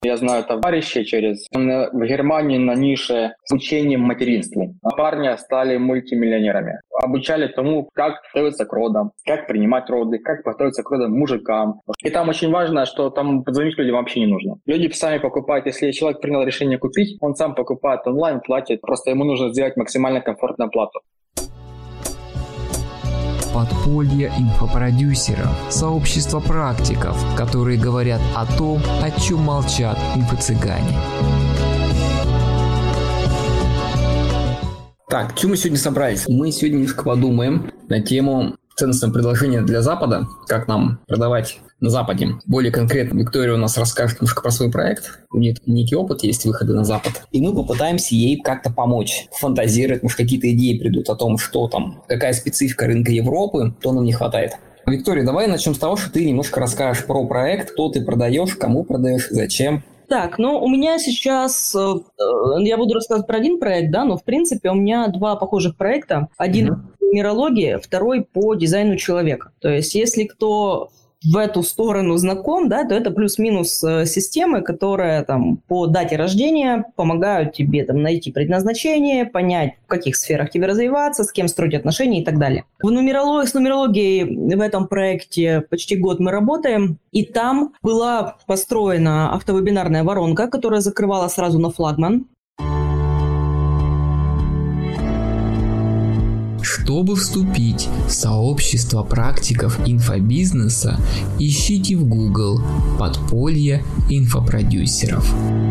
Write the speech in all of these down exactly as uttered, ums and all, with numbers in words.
Я знаю товарищей через в Германии на нише с учением материнству. А парни стали мультимиллионерами. Обучали тому, как готовиться к родам, как принимать роды, как готовиться к родам мужикам. И там очень важно, что там звонить людям вообще не нужно. Люди сами покупают, если человек принял решение купить, он сам покупает онлайн, платит. Просто ему нужно сделать максимально комфортную плату. Подполье инфопродюсеров, сообщество практиков, которые говорят о том, о чем молчат инфо-цыгане. Так, что мы сегодня собрались? Мы сегодня немножко подумаем на тему ценностного предложения для Запада, как нам продавать на Западе. Более конкретно Виктория у нас расскажет немножко про свой проект. У нее некий опыт есть выхода на Запад. И мы попытаемся ей как-то помочь, фантазировать, может, какие-то идеи придут о том, что там, какая специфика рынка Европы, что нам не хватает. Виктория, давай начнем с того, что ты немножко расскажешь про проект, кто ты продаешь, кому продаешь, зачем. Так, ну у меня сейчас, э, я буду рассказывать про один проект, да, но в принципе у меня два похожих проекта. Один mm-hmm. по нумерологии, второй по дизайну человека. То есть если кто в эту сторону знаком, да, то это плюс-минус э, системы, которые там по дате рождения помогают тебе там найти предназначение, понять, в каких сферах тебе развиваться, с кем строить отношения и так далее. В нумерологии, с нумерологией в этом проекте почти год мы работаем, и там была построена автовебинарная воронка, которая закрывала сразу на флагман. Чтобы вступить в сообщество практиков инфобизнеса, ищите в Google «Подполье инфопродюсеров».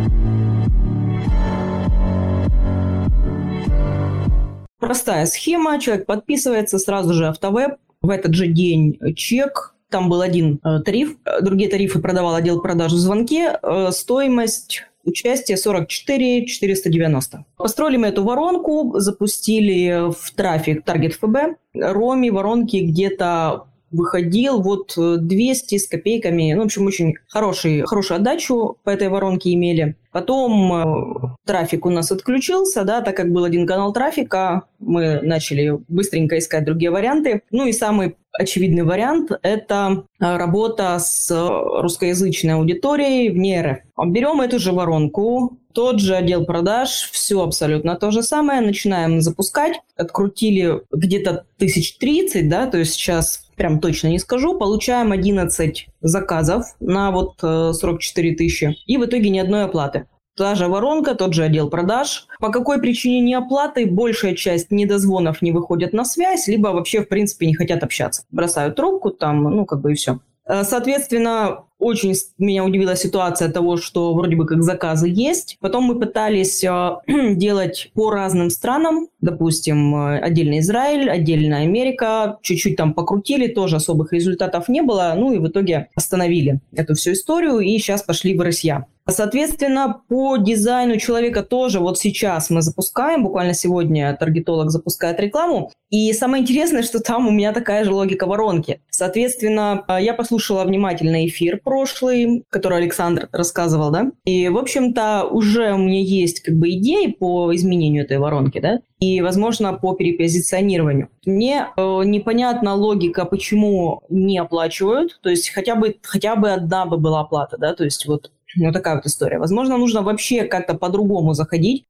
Простая схема, человек подписывается, сразу же автовеб, в этот же день чек. Там был один э, тариф, другие тарифы продавал отдел продаж в звонке, э, стоимость участия сорок четыре тысячи четыреста девяносто. Построили мы эту воронку, запустили в трафик Target эф бэ. Роми воронки где-то выходил вот двести с копейками. Ну, в общем, очень хороший, хорошую отдачу по этой воронке имели. Потом э, трафик у нас отключился, да, так как был один канал трафика, мы начали быстренько искать другие варианты. Ну и самый очевидный вариант – это работа с русскоязычной аудиторией вне эр эф. Берем эту же воронку, тот же отдел продаж, все абсолютно то же самое, начинаем запускать. Открутили где-то тысяч тридцать, да, то есть сейчас прям точно не скажу, получаем одиннадцать заказов на вот сорок четыре тысячи и в итоге ни одной оплаты. Та же воронка, тот же отдел продаж. По какой причине не оплаты? Большая часть недозвонов не выходят на связь, либо вообще, в принципе, не хотят общаться. Бросают трубку там, ну, как бы и все. Соответственно, очень меня удивила ситуация того, что вроде бы как заказы есть. Потом мы пытались э, делать по разным странам. Допустим, отдельно Израиль, отдельно Америка. Чуть-чуть там покрутили, тоже особых результатов не было. Ну и в итоге остановили эту всю историю и сейчас пошли в Россия. Соответственно, по дизайну человека тоже вот сейчас мы запускаем, буквально сегодня таргетолог запускает рекламу. И самое интересное, что там у меня такая же логика воронки. Соответственно, я послушала внимательно эфир прошлый, который Александр рассказывал, да. И, в общем-то, уже у меня есть как бы идеи по изменению этой воронки, да, и, возможно, по перепозиционированию. Мне э, непонятна логика, почему не оплачивают, то есть хотя бы, хотя бы одна бы была оплата, да, то есть вот. Вот такая вот история. Возможно, нужно вообще как-то по-другому заходить.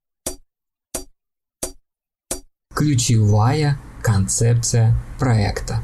Ключевая концепция проекта.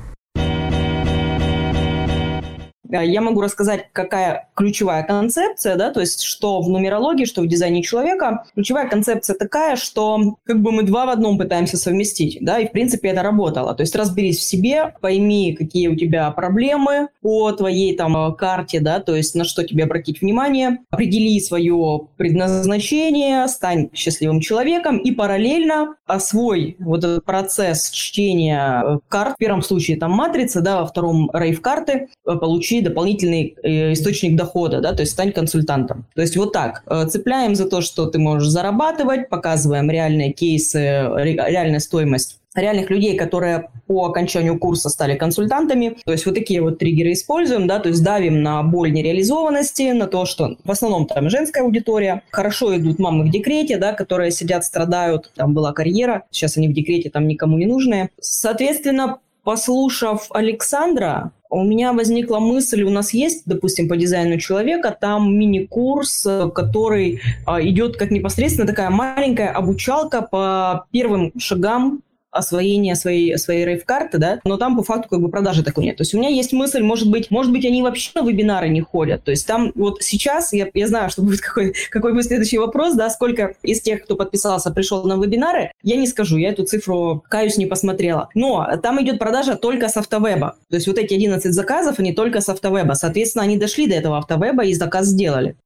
Я могу рассказать, какая ключевая концепция, да, то есть что в нумерологии, что в дизайне человека. Ключевая концепция такая, что как бы мы два в одном пытаемся совместить, да, и в принципе это работало. То есть разберись в себе, пойми, какие у тебя проблемы по твоей там карте, да, то есть на что тебе обратить внимание, определи свое предназначение, стань счастливым человеком и параллельно освой вот этот процесс чтения карт. В первом случае там матрица, да, во втором рейв-карты, получи дополнительный э, источник дохода, да, то есть стань консультантом. То есть вот так. Э, цепляем за то, что ты можешь зарабатывать, показываем реальные кейсы, ре, реальную стоимость реальных людей, которые по окончанию курса стали консультантами. То есть вот такие вот триггеры используем, да, то есть давим на боль нереализованности, на то, что в основном там женская аудитория. Хорошо идут мамы в декрете, да, которые сидят, страдают, там была карьера, сейчас они в декрете, там никому не нужные. Соответственно, послушав Александра, у меня возникла мысль, у нас есть, допустим, по дизайну человека, там мини-курс, который идет как непосредственно такая маленькая обучалка по первым шагам освоения своей, своей рейв-карты, да, но там по факту как бы продажи такой нет. То есть у меня есть мысль, может быть, может быть, они вообще на вебинары не ходят. То есть там вот сейчас, я, я знаю, что будет какой, какой будет следующий вопрос, да, сколько из тех, кто подписался, пришел на вебинары, я не скажу, я эту цифру, каюсь, не посмотрела. Но там идет продажа только с автовеба. То есть вот эти одиннадцать заказов, они только с автовеба. Соответственно, они дошли до этого автовеба и заказ сделали.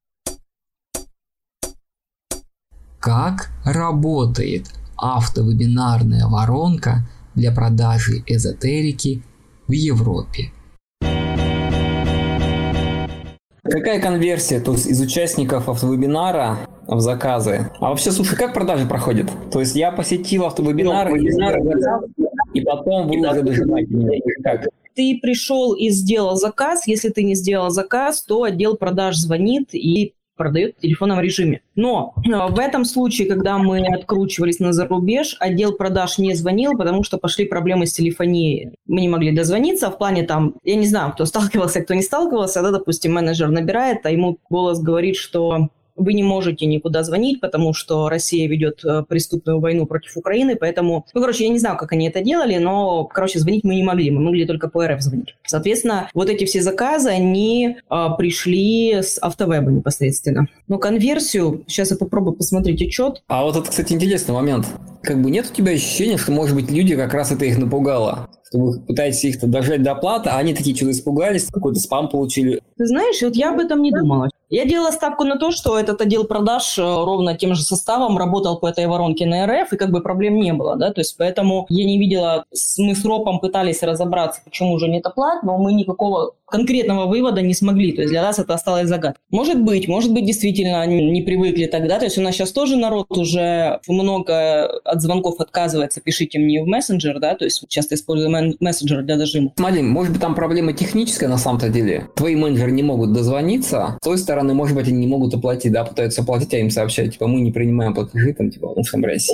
Как работает автовебинарная воронка для продажи эзотерики в Европе? Какая конверсия, то есть из участников автовебинара в заказы? А вообще, слушай, как продажи проходят? То есть я посетил автовебинар, ну, вебинар, и потом вы уже дожимаете меня. Как? Ты пришел и сделал заказ. Если ты не сделал заказ, то отдел продаж звонит и продает в телефонном режиме. Но в этом случае, когда мы откручивались на зарубеж, отдел продаж не звонил, потому что пошли проблемы с телефонией. Мы не могли дозвониться в плане там, я не знаю, кто сталкивался, кто не сталкивался, да, допустим, менеджер набирает, а ему голос говорит, что вы не можете никуда звонить, потому что Россия ведет преступную войну против Украины, поэтому, ну, короче, я не знаю, как они это делали, но, короче, звонить мы не могли, мы могли только по РФ звонить. Соответственно, вот эти все заказы, они а, пришли с автовеба непосредственно. Но конверсию, сейчас я попробую посмотреть отчет. А вот это, кстати, интересный момент. Как бы нет у тебя ощущения, что, может быть, люди как раз это их напугало? Что вы пытаетесь их дожать до оплаты, а они такие что-то испугались, какой-то спам получили. Ты знаешь, вот я об этом не думала. Я делала ставку на то, что этот отдел продаж ровно тем же составом работал по этой воронке на РФ, и как бы проблем не было, да, то есть поэтому я не видела, мы с РОПом пытались разобраться, почему же нет оплат, но мы никакого конкретного вывода не смогли, то есть для нас это осталось загадкой. Может быть, может быть, действительно они не привыкли тогда, то есть у нас сейчас тоже народ уже много от звонков отказывается, пишите мне в мессенджер, да, то есть часто используем мессенджер для дожима. Смотри, может быть, там проблема техническая на самом-то деле. Твои менеджеры не могут дозвониться, с той стороны, может быть, они не могут оплатить, да, пытаются оплатить, а им сообщают, типа, мы не принимаем платежи, там, типа, ну, там, России.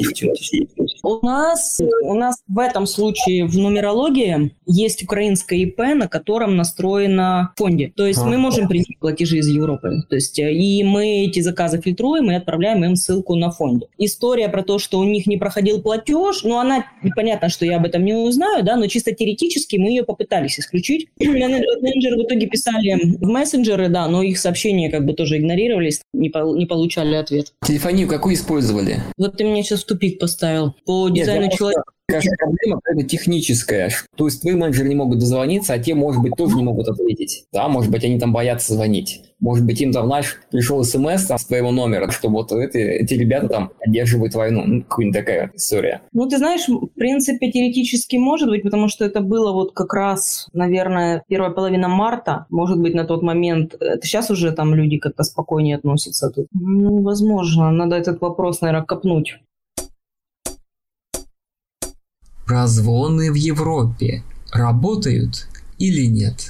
У нас, у нас в этом случае в нумерологии есть украинское ИП, на котором настроено в фонде. То есть а. мы можем принять платежи из Европы. То есть и мы эти заказы фильтруем и отправляем им ссылку на фонде. История про то, что у них не проходил платеж, ну, она, понятно, что я об этом не узнаю, да, но чисто теоретически мы ее попытались исключить. Менеджеры в итоге писали в мессенджеры, да, но их сообщения как бы тоже игнорировались, не, по, не получали ответ. Телефонию какую использовали? Вот ты меня сейчас в тупик поставил. По дизайну Нет, человека. Кажется, проблема какая-то техническая. То есть твои менеджеры не могут дозвониться, а те, может быть, тоже не могут ответить. Да, может быть, они там боятся звонить. Может быть, им там, знаешь, пришел смс там, с твоего номера, что вот эти, эти ребята там поддерживают войну. Ну, какая-нибудь такая история. Ну, ты знаешь, в принципе, теоретически может быть, потому что это было вот как раз, наверное, первая половина марта. Может быть, на тот момент. Это сейчас уже там люди как-то спокойнее относятся тут. Ну, возможно, надо этот вопрос, наверное, копнуть. Прозвоны в Европе работают или нет?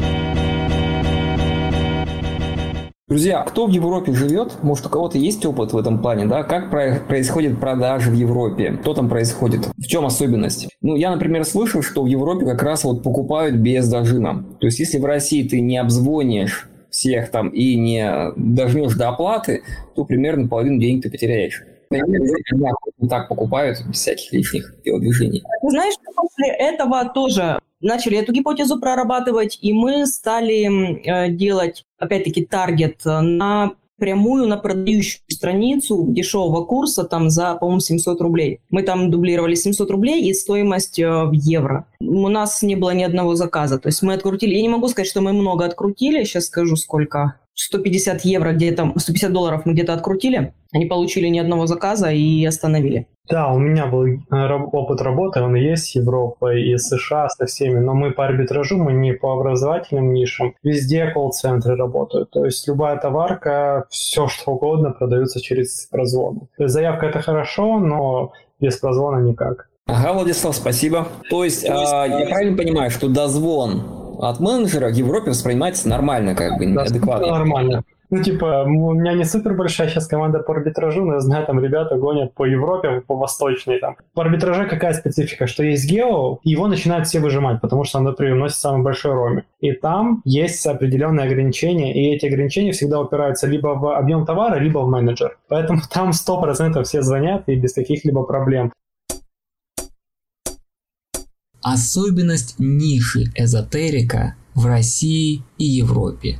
Друзья, кто в Европе живет, может, у кого-то есть опыт в этом плане, да? Как про- происходят продажи в Европе? Что там происходит? В чем особенность? Ну, я, например, слышал, что в Европе как раз вот покупают без дожима. То есть, если в России ты не обзвонишь всех там и не дожмешь до оплаты, то примерно половину денег ты потеряешь. Не так покупают без всяких лишних телодвижений. Ты знаешь, после этого тоже начали эту гипотезу прорабатывать, и мы стали э, делать, опять-таки, таргет на прямую, на продающую страницу дешевого курса там за, по-моему, семьсот рублей. Мы там дублировали семьсот рублей и стоимость э, в евро. У нас не было ни одного заказа. То есть мы открутили, я не могу сказать, что мы много открутили, сейчас скажу сколько. сто пятьдесят евро где-то, сто пятьдесят долларов мы где-то открутили. Они получили ни одного заказа и остановили. Да, у меня был опыт работы, он есть с Европой и США, со всеми, но мы по арбитражу, мы не по образовательным нишам. Везде колл-центры работают, то есть любая товарка, все что угодно продается через прозвоны. То есть заявка это хорошо, но без прозвона никак. Ага, Владислав, спасибо. То есть, То есть а, я правильно понимаю, что дозвон от менеджера в Европе воспринимается нормально, как бы, да, адекватно? Нормально. Ну, типа, у меня не супер большая сейчас команда по арбитражу, но я знаю, там ребята гонят по Европе, по восточной. Там. По арбитраже какая специфика? Что есть гео, и его начинают все выжимать, потому что он, например, носит самый большой роми. И там есть определенные ограничения, и эти ограничения всегда упираются либо в объем товара, либо в менеджер. Поэтому там сто процентов все звонят и без каких-либо проблем. Особенность ниши эзотерика в России и Европе.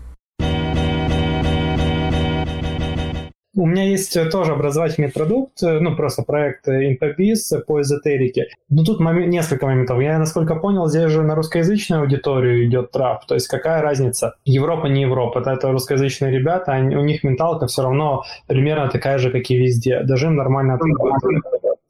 У меня есть тоже образовательный продукт, ну просто проект InfoBiz по эзотерике. Но тут мом- несколько моментов. Я, насколько понял, здесь же на русскоязычную аудиторию идет трап. То есть какая разница? Европа, не Европа. Это, это русскоязычные ребята, они, у них менталка все равно примерно такая же, как и везде. Даже им нормально отрабатывают.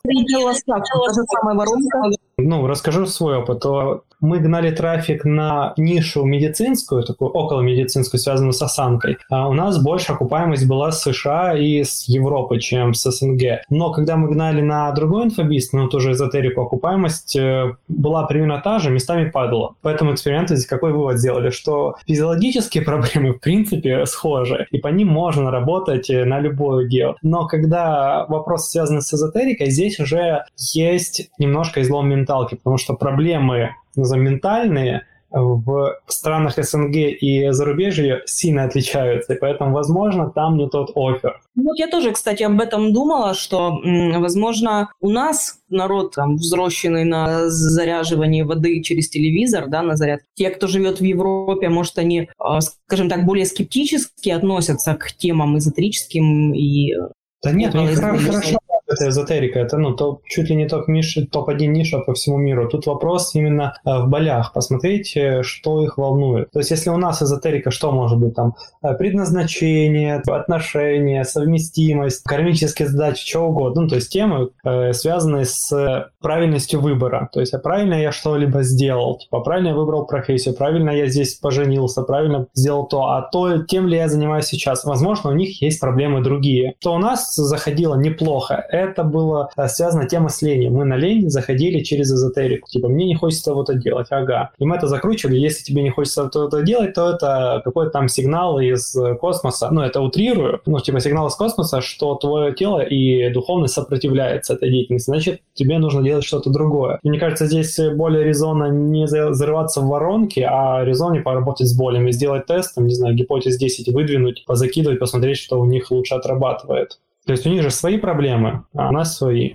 Ну, расскажу свой опыт. Мы гнали трафик на нишу медицинскую, такую околомедицинскую, связанную с осанкой. А у нас больше окупаемость была с США и с Европы, чем с СНГ. Но когда мы гнали на другой инфобиз, ну, тоже эзотерику, окупаемость была примерно та же, местами падала. Поэтому эксперименты здесь какой вывод сделали? Что физиологические проблемы, в принципе, схожи, и по ним можно работать на любой гео. Но когда вопрос связан с эзотерикой, здесь уже есть немножко излом менталки, потому что проблемы ментальные в странах СНГ и зарубежья сильно отличаются, и поэтому, возможно, там не тот оффер. Вот я тоже, кстати, об этом думала, что, возможно, у нас народ там взросшенный на заряживании воды через телевизор, да, на заряд. Те, кто живет в Европе, может, они, скажем так, более скептически относятся к темам эзотерическим и... Да нет, у них хорошо. Это эзотерика, это ну, топ, чуть ли не топ один ниша по всему миру. Тут вопрос именно э, в болях. Посмотрите, что их волнует. То есть, если у нас эзотерика, что может быть там? Предназначение, отношения, совместимость, кармические задачи, что угодно. Ну, то есть, темы, э, связанные с правильностью выбора. То есть, а правильно я что-либо сделал? Типа, правильно я выбрал профессию, правильно я здесь поженился, правильно сделал то, а то, тем ли я занимаюсь сейчас. Возможно, у них есть проблемы другие. То у нас заходило неплохо. Это было связано тема с ленью. Мы на лень заходили через эзотерику. Типа, мне не хочется вот это делать. Ага. И мы это закручивали. Если тебе не хочется вот это делать, то это какой-то там сигнал из космоса. Ну, это утрирую. Ну, типа, сигнал из космоса, что твое тело и духовность сопротивляются этой деятельности. Значит, тебе нужно делать что-то другое. И мне кажется, здесь более резонно не зарываться в воронки, а резоннее поработать с болями. Сделать тест, там, не знаю, гипотез десять выдвинуть, позакидывать, посмотреть, что у них лучше отрабатывает. То есть у них же свои проблемы, а у нас свои.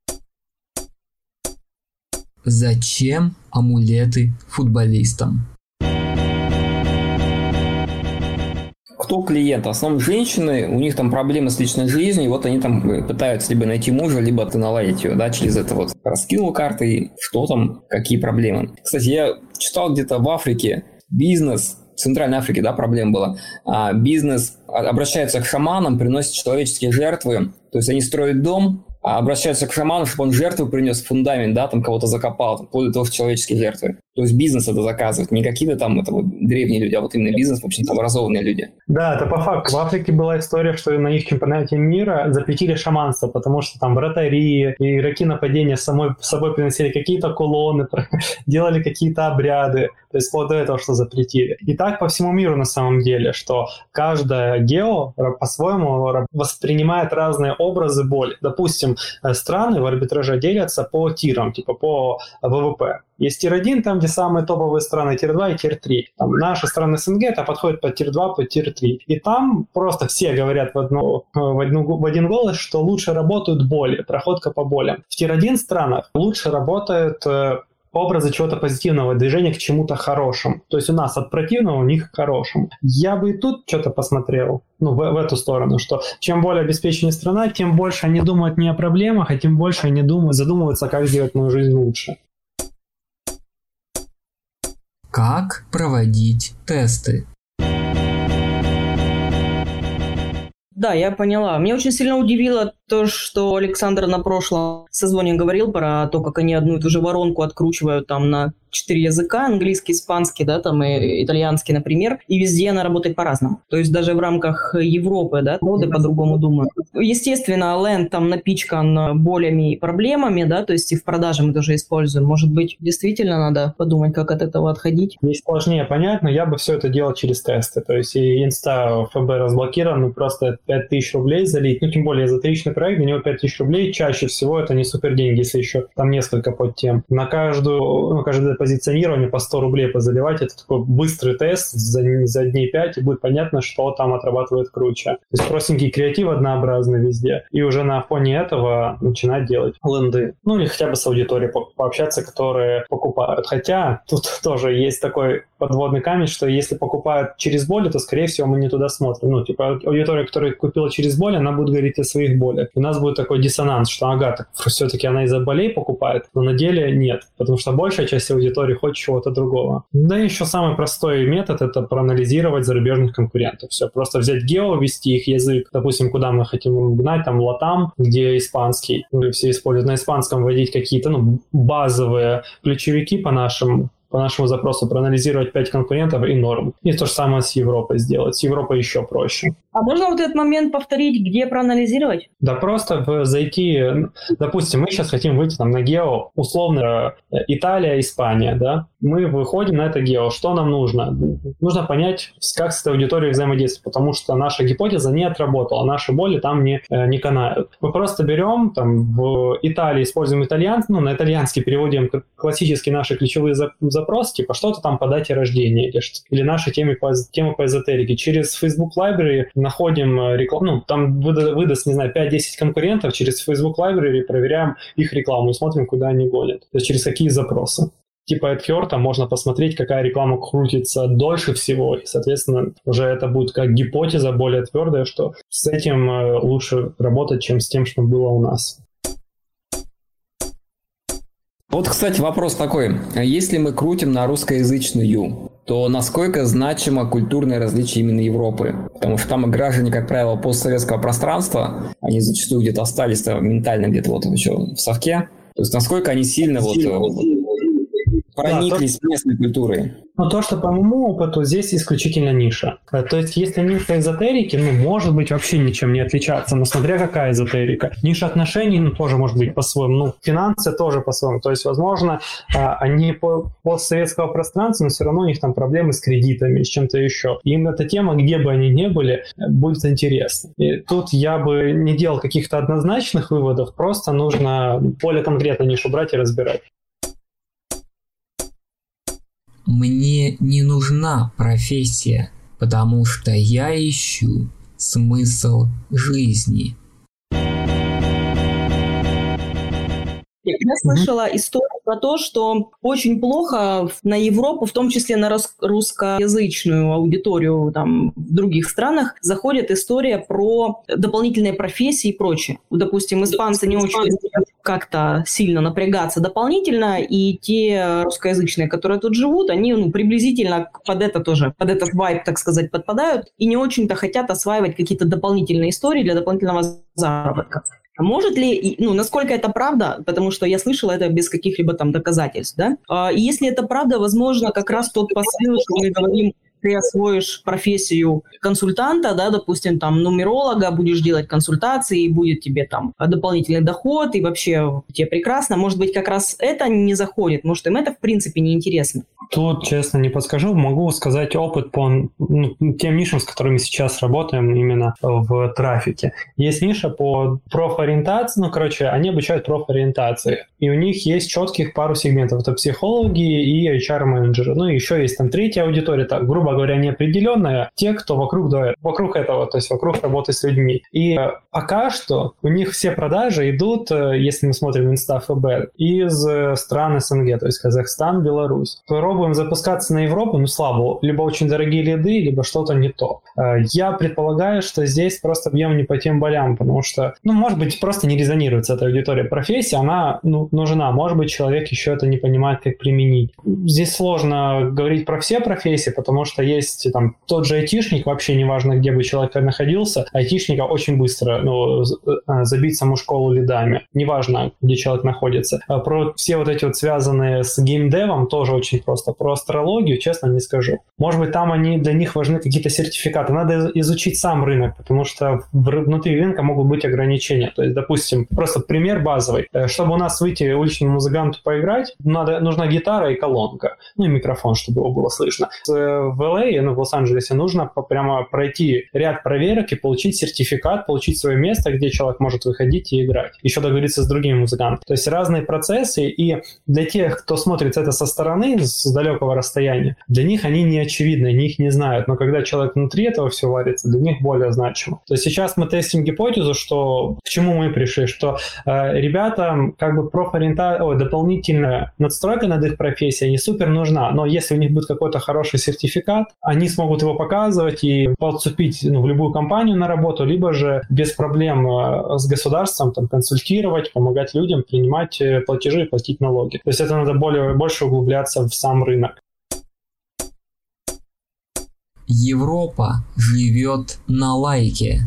Зачем амулеты футболистам? Кто клиент? В основном женщины, у них там проблемы с личной жизнью, и вот они там пытаются либо найти мужа, либо наладить ее, да, через это вот раскинул карты, и что там, какие проблемы. Кстати, я читал где-то в Африке бизнес, в Центральной Африке, да, проблема была. А бизнес обращается к шаманам, приносит человеческие жертвы. То есть они строят дом, а обращаются к шаману, чтобы он жертву принес, фундамент, да, там кого-то закопал, там, вплоть до того, что человеческие жертвы. То есть бизнес это заказывает, не какие-то там это вот древние люди, а вот именно бизнес, в общем-то, образованные люди. Да, это по факту. В Африке была история, что на их чемпионате мира запретили шаманство, потому что там вратари и игроки нападения самой, с собой приносили какие-то кулоны, делали какие-то обряды. То есть вплоть до этого, что запретили. И так по всему миру на самом деле, что каждая гео по-своему воспринимает разные образы боли. Допустим, страны в арбитраже делятся по тирам, типа по ВВП. Есть тир один, там, где самые топовые страны, тир два и тир три. Там наши страны СНГ, это подходит под тир два, под тир три. И там просто все говорят в, одну, в, одну, в один голос, что лучше работают боли, проходка по болям. В тир один странах лучше работают образы чего-то позитивного, движения к чему-то хорошему. То есть у нас от противного, у них к хорошему. Я бы и тут что-то посмотрел, ну, в, в эту сторону, что чем более обеспеченная страна, тем больше они думают не о проблемах, а тем больше они думают, задумываются, как сделать мою жизнь лучше. Как проводить тесты? Да, я поняла. Меня очень сильно удивило то, что Александр на прошлом созвоне говорил про то, как они одну и ту же воронку откручивают там на четыре языка, английский, испанский, да, там и итальянский, например, и везде она работает по-разному. То есть даже в рамках Европы, да, роды по-другому думают. Естественно, ленд там напичкан болями и проблемами, да, то есть и в продаже мы тоже используем. Может быть, действительно надо подумать, как от этого отходить. Здесь сложнее понять, но я бы все это делал через тесты. То есть и инста эф бэ разблокирован, ну просто пять тысяч рублей залить, ну тем более эзотеричный проект, для него пять тысяч рублей, чаще всего это не супер деньги, если еще там несколько подтем. На каждую, ну, каждое позиционирование по сто рублей позаливать, это такой быстрый тест за, за дней пять, и будет понятно, что там отрабатывает круче. То есть простенький креатив однообразный везде, и уже на фоне этого начинать делать ленды. Ну или хотя бы с аудиторией по- пообщаться, которые покупают. Хотя тут тоже есть такой подводный камень, что если покупают через боли, то, скорее всего, мы не туда смотрим. Ну, типа, аудитория, которая купила через боли, она будет говорить о своих болях. У нас будет такой диссонанс, что, ага, так все-таки она из-за болей покупает, но на деле нет, потому что большая часть аудитории хочет чего-то другого. Да и еще самый простой метод — это проанализировать зарубежных конкурентов. Все, просто взять гео, ввести их язык, допустим, куда мы хотим гнать, там, латам, где испанский, все используют на испанском, вводить какие-то, ну, базовые ключевики по нашим по нашему запросу, проанализировать пять конкурентов и норм. И то же самое с Европой сделать. С Европой еще проще. А можно вот этот момент повторить, где проанализировать? Да просто зайти, допустим, мы сейчас хотим выйти там на гео, условно, Италия, Испания, да? Мы выходим на это гео. Что нам нужно? Нужно понять, как с этой аудиторией взаимодействовать, потому что наша гипотеза не отработала, наши боли там не, не канают. Мы просто берем, там, в Италии используем итальянский, ну, на итальянский переводим классические наши ключевые запросы, типа что-то там по дате рождения или, или наши темы по, темы по эзотерике. Через Facebook Library находим рекламу, ну, там выда, выдаст, не знаю, пять-десять конкурентов, через Facebook Library проверяем их рекламу и смотрим, куда они гонят. То есть через какие запросы. Типа AdFear, там можно посмотреть, какая реклама крутится дольше всего, и, соответственно, уже это будет как гипотеза более твердая, что с этим лучше работать, чем с тем, что было у нас. Вот, кстати, вопрос такой. Если мы крутим на русскоязычную, то насколько значимо культурное различие именно Европы? Потому что там граждане, как правило, постсоветского пространства, они зачастую где-то остались ментально где-то вот еще в совке. То есть насколько они сильно вот прониклись да, местной культурой? Ну, то, что по моему опыту, здесь исключительно ниша. То есть, если ниша эзотерики, ну, может быть, вообще ничем не отличаться, но смотря какая эзотерика. Ниша отношений, ну, тоже может быть по-своему. Ну, финансы тоже по-своему. То есть, возможно, они по постсоветского пространства, но все равно у них там проблемы с кредитами, с чем-то еще. Им эта тема, где бы они ни были, будет интересна. И тут я бы не делал каких-то однозначных выводов, просто нужно более конкретно нишу брать и разбирать. Мне не нужна профессия, потому что я ищу смысл жизни. Я слышала историю про то, что очень плохо на Европу, в том числе на русскоязычную аудиторию там, в других странах, заходит история про дополнительные профессии и прочее. Допустим, испанцы не очень любят как-то сильно напрягаться дополнительно, и те русскоязычные, которые тут живут, они ну, приблизительно под это тоже, под этот вайб, так сказать, подпадают, и не очень-то хотят осваивать какие-то дополнительные истории для дополнительного заработка. Может ли, ну, насколько это правда, потому что я слышала это без каких-либо там доказательств, да? И если это правда, возможно, как раз тот посыл, что мы говорим, ты освоишь профессию консультанта, да, допустим, там, нумеролога, будешь делать консультации, и будет тебе там дополнительный доход, и вообще тебе прекрасно. Может быть, как раз это не заходит, может, им это в принципе не интересно. Тут, честно, не подскажу. Могу сказать опыт по ну, тем нишам, с которыми сейчас работаем именно в трафике. Есть ниша по профориентации, ну, короче, они обучают профориентации. И у них есть четких пару сегментов. Это психологи и эйч ар-менеджеры. Ну, и еще есть там третья аудитория, так, грубо говоря, неопределенная. Те, кто вокруг, да, вокруг этого, то есть вокруг работы с людьми. И пока что у них все продажи идут, если мы смотрим инста эф бэ, из стран эс эн гэ, то есть Казахстан, Беларусь. Пробуем запускаться на Европу, ну слабо, либо очень дорогие лиды, либо что-то не то. Я предполагаю, что здесь просто бьем не по тем болям, потому что, ну, может быть, просто не резонирует с этой аудиторией профессии, она, ну, ну, нужна. Может быть, человек еще это не понимает, как применить. Здесь сложно говорить про все профессии, потому что есть там тот же айтишник, вообще неважно, где бы человек находился, айтишника очень быстро ну, забить саму школу лидами. Неважно, где человек находится. Про все вот эти вот связанные с геймдевом тоже очень просто. Про астрологию, честно, не скажу. Может быть, там они, для них важны какие-то сертификаты. Надо изучить сам рынок, потому что внутри рынка могут быть ограничения. То есть, допустим, просто пример базовый. Чтобы у нас выйти уличному музыканту поиграть, надо, нужна гитара и колонка. Ну и микрофон, чтобы его было слышно. В эл эй, ну, в Лос-Анджелесе, нужно прямо пройти ряд проверок и получить сертификат, получить свое место, где человек может выходить и играть. Еще договориться с другими музыкантами. То есть разные процессы, и для тех, кто смотрит это со стороны, с далекого расстояния, для них они не очевидны, они их не знают. Но когда человек внутри этого все варится, для них более значимо. То есть сейчас мы тестим гипотезу, что к чему мы пришли, что э, ребятам как бы профориентация, ой, дополнительная надстройка над их профессией не супер нужна, но если у них будет какой-то хороший сертификат, они смогут его показывать и подступить ну, в любую компанию на работу, либо же без проблем э, с государством там, консультировать, помогать людям принимать э, платежи и платить налоги. То есть это надо более, больше углубляться в сам рынок. Европа живет на лайке.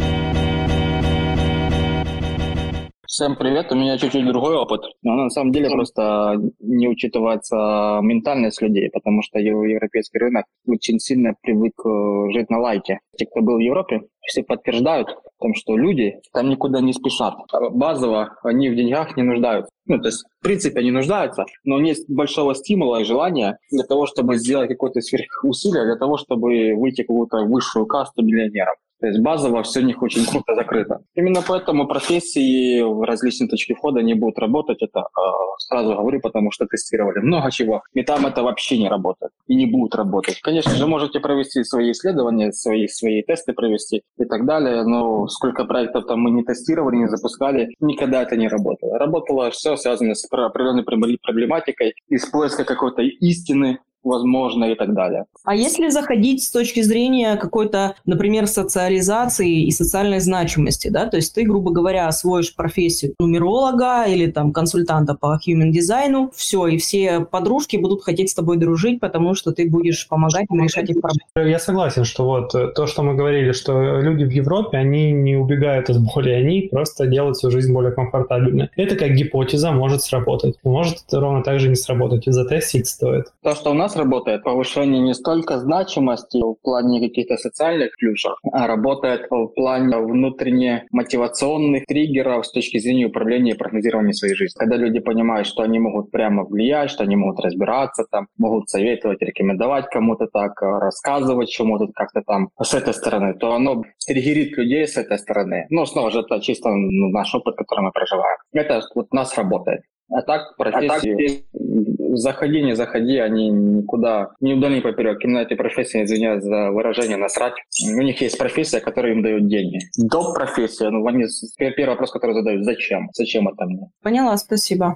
Всем привет, у меня чуть-чуть другой опыт, но на самом деле просто не учитывается ментальность людей, потому что европейский рынок очень сильно привык жить на лайке. Те, кто был в Европе, все подтверждают, потому что люди там никуда не спешат. Базово они в деньгах не нуждаются. Ну, то есть, в принципе, они нуждаются, но нет большого стимула и желания для того, чтобы сделать какое-то сверхусилие, для того, чтобы выйти в какую-то высшую касту миллионеров. То есть базово все у них очень круто закрыто. Именно поэтому профессии в различные точки входа не будут работать. Это э, сразу говорю, потому что тестировали много чего. И там это вообще не работает. И не будет работать. Конечно же, можете провести свои исследования, свои, свои тесты провести и так далее. Но сколько проектов там мы не тестировали, не запускали, никогда это не работало. Работало все связано с определенной проблематикой, из поиска какой-то истины, возможно, и так далее. А если заходить с точки зрения какой-то, например, социализации и социальной значимости, да, то есть ты, грубо говоря, освоишь профессию нумеролога или там консультанта по human дизайну, все, и все подружки будут хотеть с тобой дружить, потому что ты будешь помогать им решать их проблемы. Я согласен, что вот то, что мы говорили, что люди в Европе, они не убегают из боли, они просто делают свою жизнь более комфортабельной. Это как гипотеза может сработать. Может это ровно так же не сработать, и затестить стоит. То, что у нас работает повышение не столько значимости в плане каких-то социальных плюшек, а работает в плане внутренне мотивационных триггеров с точки зрения управления и прогнозирования своей жизни. Когда люди понимают, что они могут прямо влиять, что они могут разбираться, там, могут советовать, рекомендовать кому-то так, рассказывать чему-то как-то там с этой стороны, то оно триггерит людей с этой стороны. Ну, снова же, это чисто наш опыт, который мы проживаем. Это вот у нас работает. А так, профессии, а так, заходи, не заходи, они никуда, ни вдаль, ни поперек. Именно эти профессии, извиняюсь за выражение, насрать. У них есть профессия, которая им дает деньги. Доп. Профессия, ну, они, первый вопрос, который задают, зачем? Зачем это мне? Поняла, спасибо.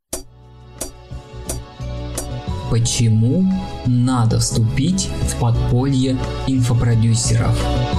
Почему надо вступить в подполье инфопродюсеров?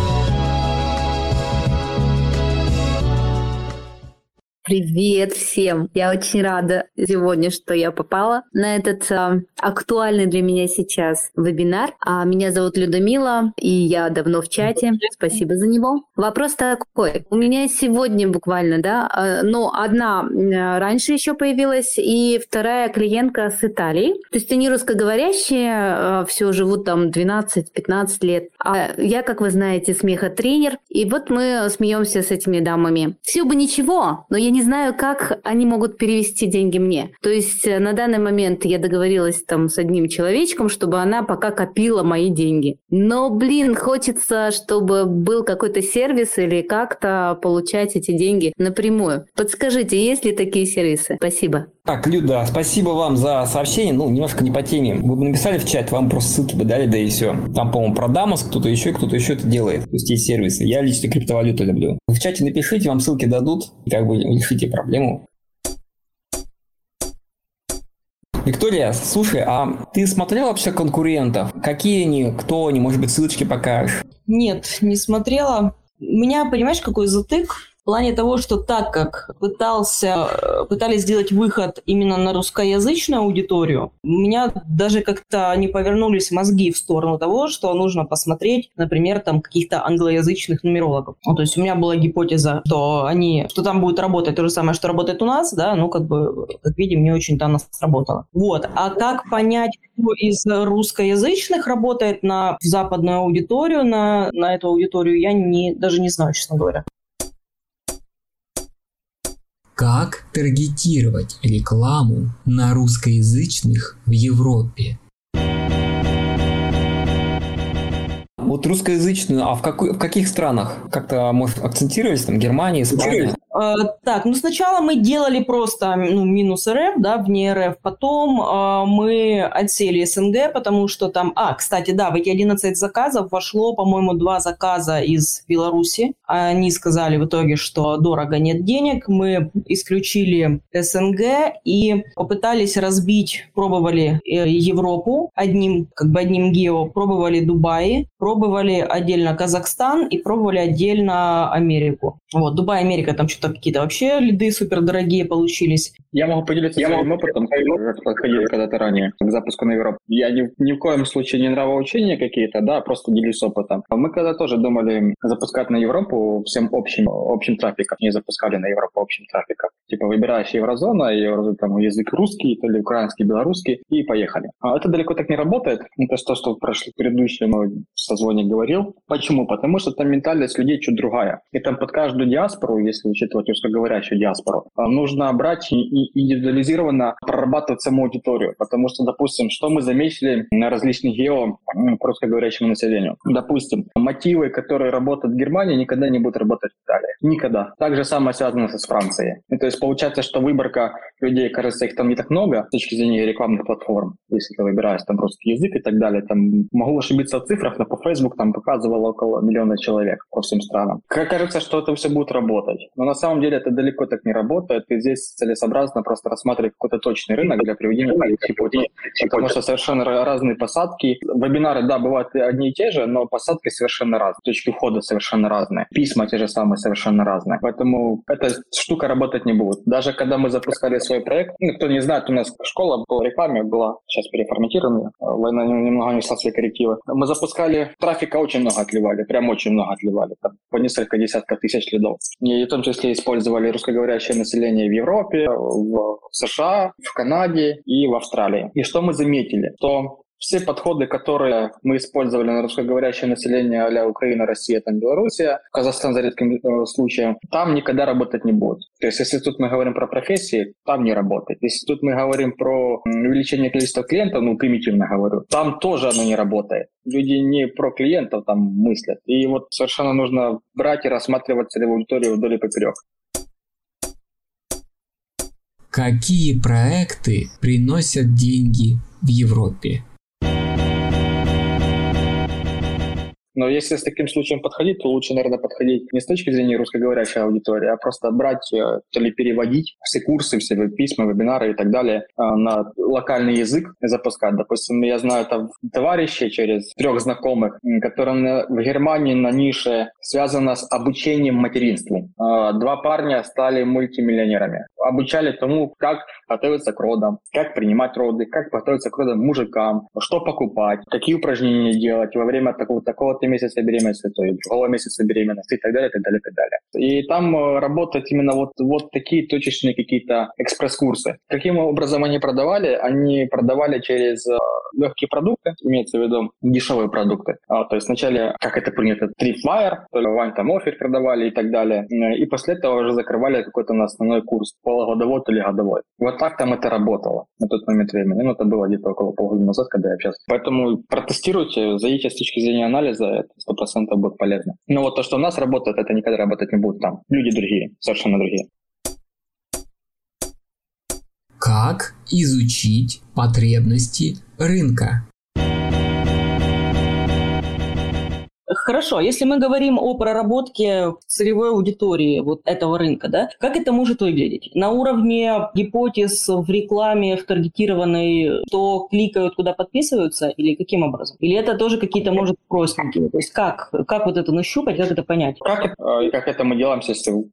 Привет всем! Я очень рада сегодня, что я попала на этот а, актуальный для меня сейчас вебинар. А, меня зовут Людмила, и я давно в чате. Спасибо за него. Вопрос такой. У меня сегодня буквально, да, но одна раньше еще появилась, и вторая клиентка с Италии. То есть они русскоговорящие, все живут там двенадцать-пятнадцать лет. А я, как вы знаете, смехотренер, и вот мы смеемся с этими дамами. Все бы ничего, но я не знаю, как они могут перевести деньги мне. То есть на данный момент я договорилась там с одним человечком, чтобы она пока копила мои деньги. Но, блин, хочется, чтобы был какой-то сервис или как-то получать эти деньги напрямую. Подскажите, есть ли такие сервисы? Спасибо. Так, Люда, спасибо вам за сообщение. Ну, немножко не по теме. Вы бы написали в чат, вам просто ссылки бы дали, да и все. Там, по-моему, про Дамос кто-то еще, кто-то еще это делает. То есть есть сервисы. Я лично криптовалюту люблю. Вы в чате напишите, вам ссылки дадут, и как бы решите проблему. Виктория, слушай, а ты смотрела вообще конкурентов? Какие они, кто они, может быть, ссылочки покажешь? Нет, не смотрела. У меня, понимаешь, какой затык? В плане того, что так как пытался, пытались сделать выход именно на русскоязычную аудиторию, у меня даже как-то не повернулись мозги в сторону того, что нужно посмотреть, например, там каких-то англоязычных нумерологов. Ну, то есть у меня была гипотеза, что они, что там будет работать то же самое, что работает у нас, да, ну, как бы, как видим, не очень-то она сработала. Вот. А как понять, кто из русскоязычных работает на западную аудиторию, на, на эту аудиторию, я не, даже не знаю, честно говоря. Как таргетировать рекламу на русскоязычных в Европе? Вот русскоязычную, а в, какой, в каких странах? Как-то, может, акцентировались? Там Германия, Испания? Uh, так, ну сначала мы делали просто ну, минус РФ, да, вне РФ, потом uh, мы отсели СНГ, потому что там... А, кстати, да, в эти одиннадцать заказов вошло, по-моему, два заказа из Беларуси. Они сказали в итоге, что дорого, нет денег. Мы исключили СНГ и попытались разбить, пробовали Европу одним, как бы одним гео, пробовали Дубай, пробовали отдельно Казахстан и пробовали отдельно Америку. Вот, Дубай, Америка, там что-то какие-то вообще лиды супердорогие получились. Я могу поделиться я своим могу... опытом, как подходили когда-то ранее к запуску на Европу. Я ни, ни в коем случае не нравоучения какие-то, да, просто делюсь опытом. Мы когда тоже думали запускать на Европу всем общим, общим трафиком, не запускали на Европу общим трафиком. Типа выбираешь еврозона, еврозона там язык русский, то ли украинский, белорусский, и поехали. А это далеко так не работает. Это то, что в прошлом предыдущем созвоне говорил. Почему? Потому что там ментальность людей чуть другая. И там под каждую диаспору, если учитывать русскоговорящую диаспору, нужно брать и индивидуализированно прорабатывать саму аудиторию. Потому что, допустим, что мы заметили на различных гео по русскоговорящему населению. Допустим, мотивы, которые работают в Германии, никогда не будут работать в Италии. Никогда. Так же самое связано с Францией. И то есть получается, что выборка людей, кажется, их там не так много с точки зрения рекламных платформ. Если ты выбираешь там русский язык и так далее. Там могу ошибиться в цифрах, но по Facebook там показывало около миллиона человек по всем странам. Как кажется, что это все будет работать. Но на самом деле это далеко так не работает. И здесь целесообразно просто рассматривать какой-то точный рынок для приведения гипотез. Потому что совершенно разные посадки. Вебинары, да, бывают одни и те же, но посадки совершенно разные. Точки входа совершенно разные. Письма те же самые совершенно разные. Поэтому эта штука работать не будет. Даже когда мы запускали свой проект, ну, кто не знает, у нас школа по рекламе была, сейчас переформатирована, война немного внесла свои коррективы. Мы запускали, трафика очень много отливали, прям очень много отливали, там, по несколько десятков тысяч лидов. И в том числе использовали русскоговорящее население в Европе, в США, в Канаде и в Австралии. И что мы заметили? Что все подходы, которые мы использовали на русскоговорящее население а-ля Украина, Россия, там, Белоруссия, Казахстан за редким э, случаем, там никогда работать не будет. То есть если тут мы говорим про профессии, там не работает. Если тут мы говорим про увеличение количества клиентов, ну, примитивно говорю, там тоже оно не работает. Люди не про клиентов там мыслят. И вот совершенно нужно брать и рассматривать целевую аудиторию вдоль и поперек. Какие проекты приносят деньги в Европе? Но если с таким случаем подходить, то лучше, наверное, подходить не с точки зрения русскоговорящей аудитории, а просто брать или переводить все курсы, все письма, вебинары и так далее на локальный язык и запускать. Допустим, я знаю там товарищей через трех знакомых, которые в Германии на нише связано с обучением материнству. Два парня стали мультимиллионерами. Обучали тому, как готовиться к родам, как принимать роды, как готовиться к родам мужикам, что покупать, какие упражнения делать во время такого, такого-то месяца беременности, то есть другого месяца беременности и так далее, и так далее, и так далее. И там работают именно вот, вот такие точечные какие-то экспресс-курсы. Каким образом они продавали? Они продавали через легкие продукты, имеется в виду дешевые продукты. А, то есть вначале, как это принято, Tripwire, то ли One Time Offer продавали и так далее. И после этого уже закрывали какой-то на основной курс, полугодовой или годовой. Вот так там это работало на тот момент времени. Ну, это было где-то около полгода назад, когда я общался. Поэтому протестируйте, зайдите с точки зрения анализа, это сто процентов будет полезно. Но вот то, что у нас работает, это никогда работать не будет там. Люди другие, совершенно другие. Как изучить потребности рынка? Хорошо, если мы говорим о проработке целевой аудитории вот этого рынка, да, как это может выглядеть? На уровне гипотез в рекламе, в таргетированной, что кликают, куда подписываются, или каким образом? Или это тоже какие-то, может, простенькие? То есть как, как вот это нащупать, как это понять? Как, как это мы делаем, если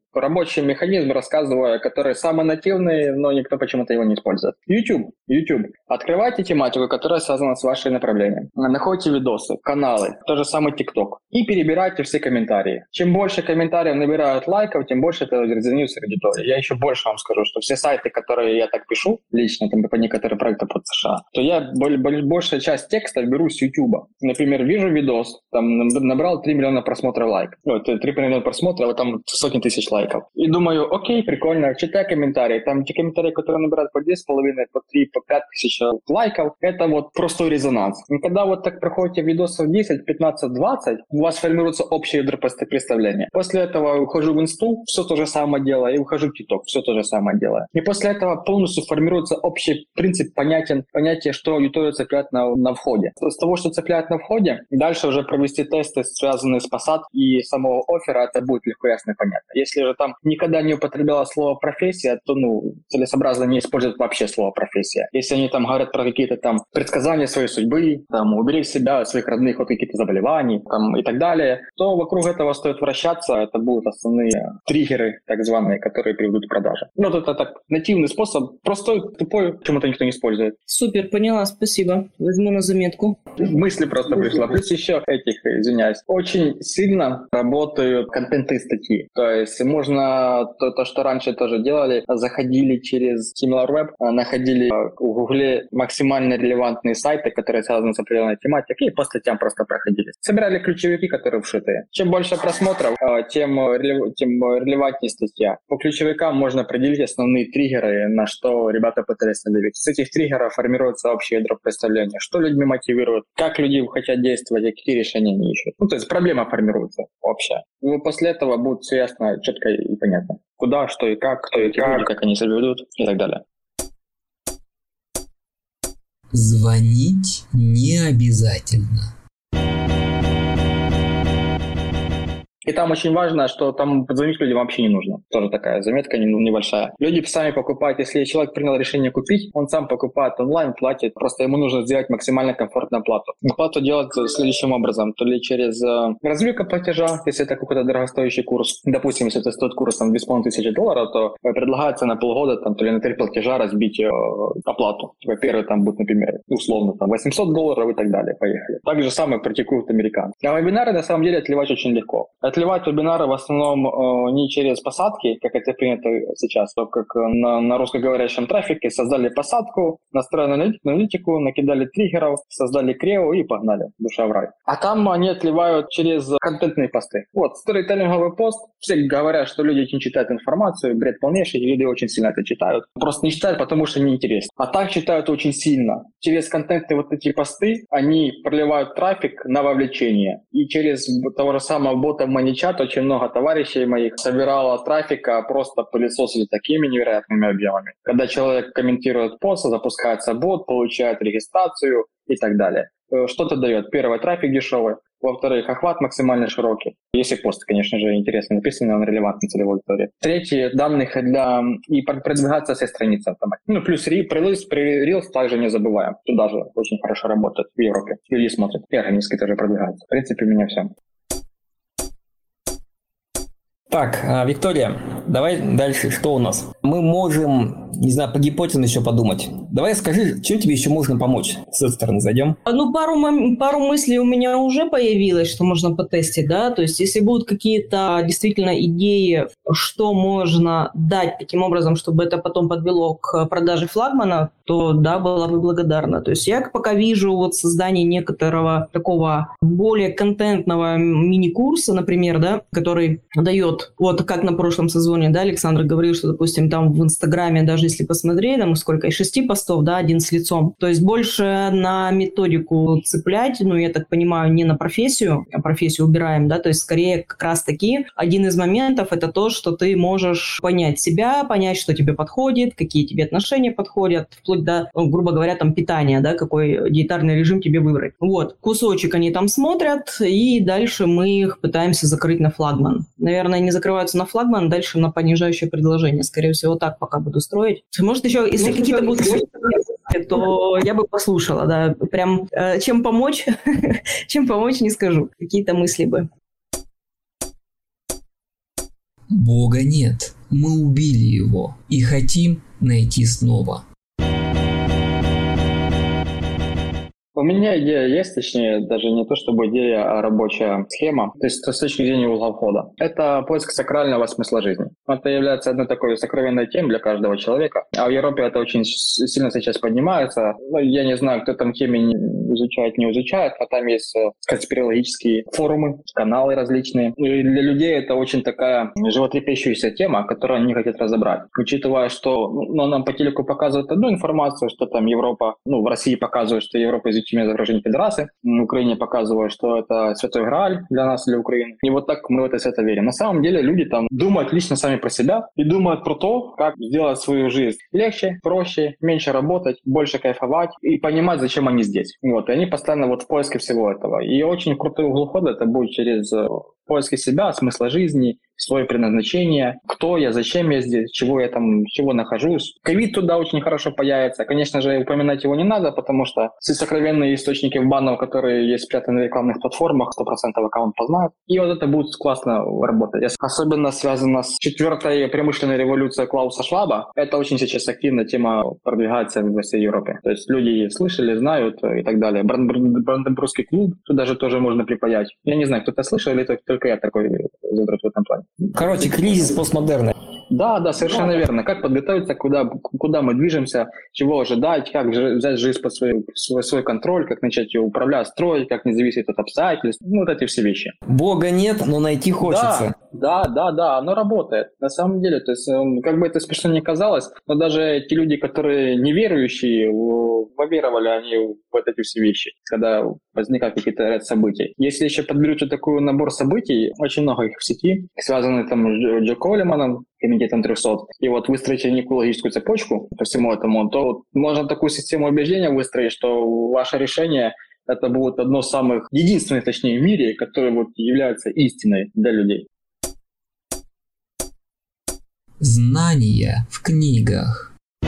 рабочий механизм рассказываю, который самый нативный, но никто почему-то его не использует. YouTube. YouTube. Открывайте тематику, которая связана с вашим направлением. Находите видосы, каналы, тот же самый TikTok. И перебирайте все комментарии. Чем больше комментариев набирают лайков, тем больше это резонирует с аудиторией. Я еще больше вам скажу, что все сайты, которые я так пишу, лично там, по некоторым проектам под США, то я большая часть текста беру с YouTube. Например, вижу видос, там набрал три миллиона просмотров лайков. Вот, три миллиона просмотров, а там сотни тысяч лайков. И думаю, окей, прикольно, читай комментарии. Там те комментарии, которые набирают по две с половиной, по три, по пять тысяч лайков, это вот простой резонанс. И когда вот так проходите видосов десять, пятнадцать, двадцать, у вас формируется общее представление. После этого ухожу в инсту, все то же самое делаю, и ухожу в TikTok, все то же самое делаю. И после этого полностью формируется общий принцип, понятен, понятие, что аудитория цепляет на, на входе. С того, что цепляет на входе, дальше уже провести тесты, связанные с посадкой и самого оффера, это будет легко, ясно и понятно. Если же там никогда не употребляла слово «профессия», то ну, целесообразно не использовать вообще слово «профессия». Если они там говорят про какие-то там предсказания своей судьбы, там, уберечь себя, своих родных от каких-то заболеваний там, и так далее, то вокруг этого стоит вращаться. Это будут основные триггеры, так званые, которые приведут к продаже. Ну, вот это так нативный способ, простой, тупой, почему-то никто не использует. Супер, поняла, спасибо. Возьму на заметку. Мысли просто пришла. Плюс еще этих, извиняюсь, очень сильно работают контенты статьи. То есть можно то, то, что раньше тоже делали, заходили через SimilarWeb, находили в Гугле максимально релевантные сайты, которые связаны с определенной тематикой, и по статьям просто проходили. Собирали ключевики, которые вшитые. Чем больше просмотров, тем, тем релевантнее статья. По ключевикам можно определить основные триггеры, на что ребята пытались надавить. С этих триггеров формируется общее ядро представления, что людьми мотивирует, как люди хотят действовать, и какие решения они ищут. Ну, то есть проблема формируется общая. И после этого будет все ясно, четко и понятно. Куда, что и как, кто и как, как они себя ведут и так далее. Звонить не обязательно. И там очень важно, что там позвонить людям вообще не нужно. Тоже такая заметка небольшая. Люди сами покупают. Если человек принял решение купить, он сам покупает онлайн, платит. Просто ему нужно сделать максимально комфортную оплату. Оплату делать следующим образом. То ли через э, развилку платежа, если это какой-то дорогостоящий курс. Допустим, если это стоит курс там две с половиной тысячи долларов, то предлагается на полгода там, то ли на три платежа разбить э, оплату. Во-первых, там будет, например, условно там восемьсот долларов и так далее. Поехали. Так же самое практикуют американцы. А вебинары на самом деле отливать очень легко. Отливать вебинары в основном э, не через посадки, как это принято сейчас, то как на, на русскоговорящем трафике создали посадку, настроили аналитику, накидали триггеров, создали крео и погнали. Душа в рай. А там они отливают через контентные посты. Вот, сторителлинговый пост. Все говорят, что люди не читают информацию, бред полнейший, люди очень сильно это читают. Просто не читают, потому что неинтересно. А так читают очень сильно. Через контентные вот эти посты они проливают трафик на вовлечение. И через того же самого бота в ManyChat очень много товарищей моих собирало трафика, просто пылесосили такими невероятными объемами. Когда человек комментирует пост, запускается бот, получает регистрацию и так далее. Что это дает? Первое, трафик дешевый. Во-вторых, охват максимально широкий. Если пост, конечно же, интересно написан, он релевантный целевой аудитории. Третье, данных для... И продвигаться со страницы автоматически. Ну, плюс Reels, Reels также не забываем. Туда же очень хорошо работает в Европе. Люди смотрят. И органически тоже продвигаются. В принципе, у меня все. Так, Виктория, давай дальше, что у нас? Мы можем, не знаю, по гипотезам еще подумать. Давай скажи, чем тебе еще можно помочь? С этой стороны зайдем. Ну, пару, пару мыслей у меня уже появилось, что можно потестить, да, то есть если будут какие-то действительно идеи, что можно дать таким образом, чтобы это потом подвело к продаже флагмана, то да, была бы благодарна. То есть я пока вижу вот создание некоторого такого более контентного мини-курса, например, да, который дает, вот как на прошлом созвоне, да, Александр говорил, что, допустим, там в Инстаграме, даже если посмотреть, там сколько, и шести постов, да, один с лицом. То есть больше на методику цеплять, ну, я так понимаю, не на профессию, а профессию убираем, да, то есть скорее как раз-таки один из моментов – это то, что ты можешь понять себя, понять, что тебе подходит, какие тебе отношения подходят, вплоть до, ну, грубо говоря, там, питания, да, какой диетарный режим тебе выбрать. Вот, кусочек они там смотрят, и дальше мы их пытаемся закрыть на флагман. Наверное, не закрываются на флагман, дальше на понижающее предложение. Скорее всего, так пока буду строить. Может, еще, если Может, какие-то будут, то я бы послушала, да. Прям э, чем помочь, чем помочь, не скажу. Какие-то мысли бы. Бога нет. Мы убили его и хотим найти снова. У меня идея есть, точнее, даже не то чтобы идея, а рабочая схема, то есть с точки зрения угла входа. Это поиск сакрального смысла жизни. Это является одной такой сокровенной темой для каждого человека. А в Европе это очень сильно сейчас поднимается. Ну, я не знаю, кто там теме не изучает, не изучает, а там есть конспирологические форумы, каналы различные. И для людей это очень такая животрепещущая тема, которую они хотят разобрать. Учитывая, что ну, нам по телеку показывают одну информацию, что там Европа, ну, в России показывают, что Европа изучает изображение пидорасы. В Украине показывают, что это святой Грааль для нас, для Украины. И вот так мы в это свято верим. На самом деле люди там думают лично сами про себя и думают про то, как сделать свою жизнь легче, проще, меньше работать, больше кайфовать и понимать, зачем они здесь. Вот. И они постоянно вот в поиске всего этого. И очень крутой угол входа это будет через поиски себя, смысла жизни, свое предназначение, кто я, зачем я здесь, чего я там, чего нахожусь. Ковид туда очень хорошо появится. Конечно же, упоминать его не надо, потому что все сокровенные источники банов, которые есть спрятаны на рекламных платформах, сто процентов аккаунт познают. И вот это будет классно работать. Особенно связано с четвертой промышленной революцией Клауса Шваба. Это очень сейчас активно тема продвигается во всей Европе. То есть люди слышали, знают и так далее. Бранденбургский клуб, туда же тоже можно припаять. Я не знаю, кто-то слышал или только я такой задрот в этом плане. Короче, кризис постмодерна. Да, да, совершенно верно. Как подготовиться, куда, куда мы движемся, чего ожидать, как взять жизнь под свой, свой, свой контроль, как начать ее управлять, строить, как не зависеть от обстоятельств. Ну, вот эти все вещи. Бога нет, но найти хочется. Да, да, да, да, оно работает. На самом деле, то есть, как бы это смешно не казалось, но даже те люди, которые неверующие, поверовали они в вот эти все вещи, когда возникают какие-то ряд событий. Если еще подберете такой набор событий, очень много их в сети, связанные там с Джо Коллиманом, комитетом трехсот, и вот выстроить некую логическую цепочку по всему этому, то вот можно такую систему убеждения выстроить, что ваше решение это будет одно из самых, единственных, точнее, в мире, которое вот является истиной для людей. Знания в книгах.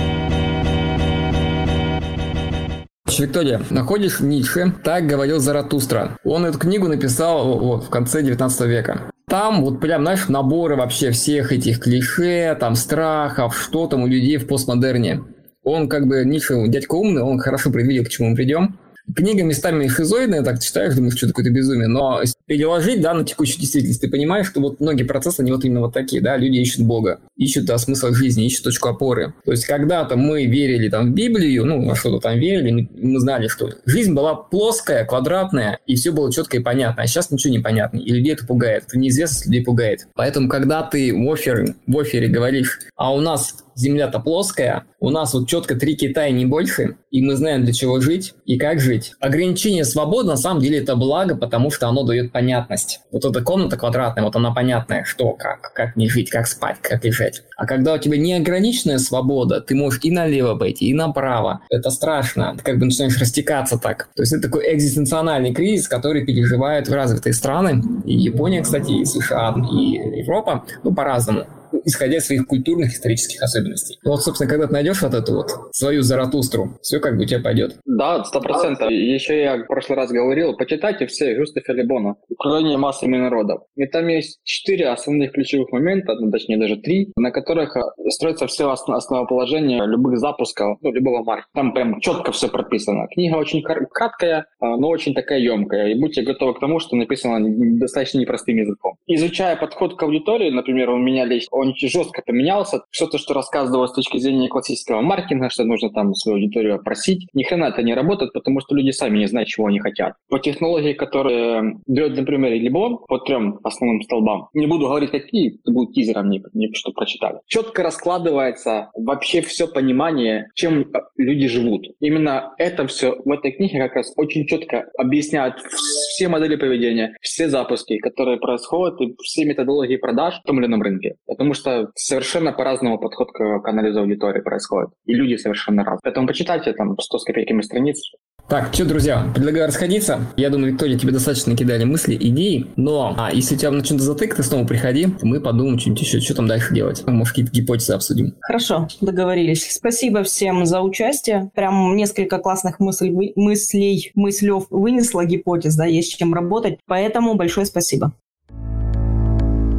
Виктория, находишь Ницше, так говорил Заратустра. Он эту книгу написал вот, в конце девятнадцатого века. Там вот прям, знаешь, наборы вообще всех этих клише, там страхов, что там у людей в постмодерне. Он как бы, Ницше, дядька умный, он хорошо предвидел, к чему мы придем. Книга местами шизоидная, так читаешь, думаешь, что такое-то безумие, но переложить, да, на текущую действительность, ты понимаешь, что вот многие процессы, они вот именно вот такие, да, люди ищут Бога, ищут, да, смысл жизни, ищут точку опоры. То есть когда-то мы верили там в Библию, ну, во что-то там верили, мы знали, что жизнь была плоская, квадратная, и все было четко и понятно, а сейчас ничего не понятно, и людей это пугает, это неизвестность людей пугает. Поэтому, когда ты в офере, в офере говоришь, а у нас Земля-то плоская, у нас вот четко три Китая, не больше, и мы знаем, для чего жить и как жить. Ограничение свободы, на самом деле, это благо, потому что оно дает понятность. Вот эта комната квадратная, вот она понятная, что, как, как не жить, как спать, как лежать. А когда у тебя неограниченная свобода, ты можешь и налево пойти, и направо. Это страшно. Ты как бы начинаешь растекаться так. То есть это такой экзистенциональный кризис, который переживают развитые страны. И Япония, кстати, и США, и Европа, ну, по-разному, исходя из своих культурных, исторических особенностей. Вот, собственно, когда ты найдешь вот эту вот свою Заратустру, все как бы у тебя пойдет. Да, сто процентов. Еще я в прошлый раз говорил, почитайте все Гюстава Ле Бона «Управление массами народов». И там есть четыре основных ключевых момента, ну, точнее даже три, на которых строится все основоположение любых запусков, ну, любого маркета. Там прям четко все прописано. Книга очень краткая, но очень такая емкая. И будьте готовы к тому, что написано достаточно непростым языком. Изучая подход к аудитории, например, у меня лично он жестко поменялся. Все то, что рассказывалось с точки зрения классического маркетинга, что нужно там свою аудиторию опросить, ни хрена это не работает, потому что люди сами не знают, чего они хотят. По технологии, которые берет, например, Лебон, по трем основным столбам, не буду говорить какие, это будет тизером, мне, мне что прочитали. Четко раскладывается вообще все понимание, чем люди живут. Именно это все в этой книге как раз очень четко объясняет все модели поведения, все запуски, которые происходят, и все методологии продаж в том или ином рынке. Потому что совершенно по-разному подход к, к анализу аудитории происходит. И люди совершенно разные. Поэтому почитайте там сто с копейками страниц. Так, что, друзья, предлагаю расходиться. Я думаю, Виктория, тебе достаточно кидали мысли, идеи. Но а, если у тебя начнет затык, ты снова приходи, мы подумаем что-нибудь еще, что там дальше делать. Может, какие-то гипотезы обсудим. Хорошо, договорились. Спасибо всем за участие. Прям несколько классных мыслей, мыслей, мыслев вынесла гипотез, да, есть с чем работать. Поэтому большое спасибо.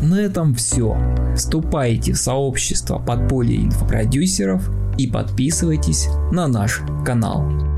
На этом все. Вступайте в сообщество подполья инфопродюсеров и подписывайтесь на наш канал.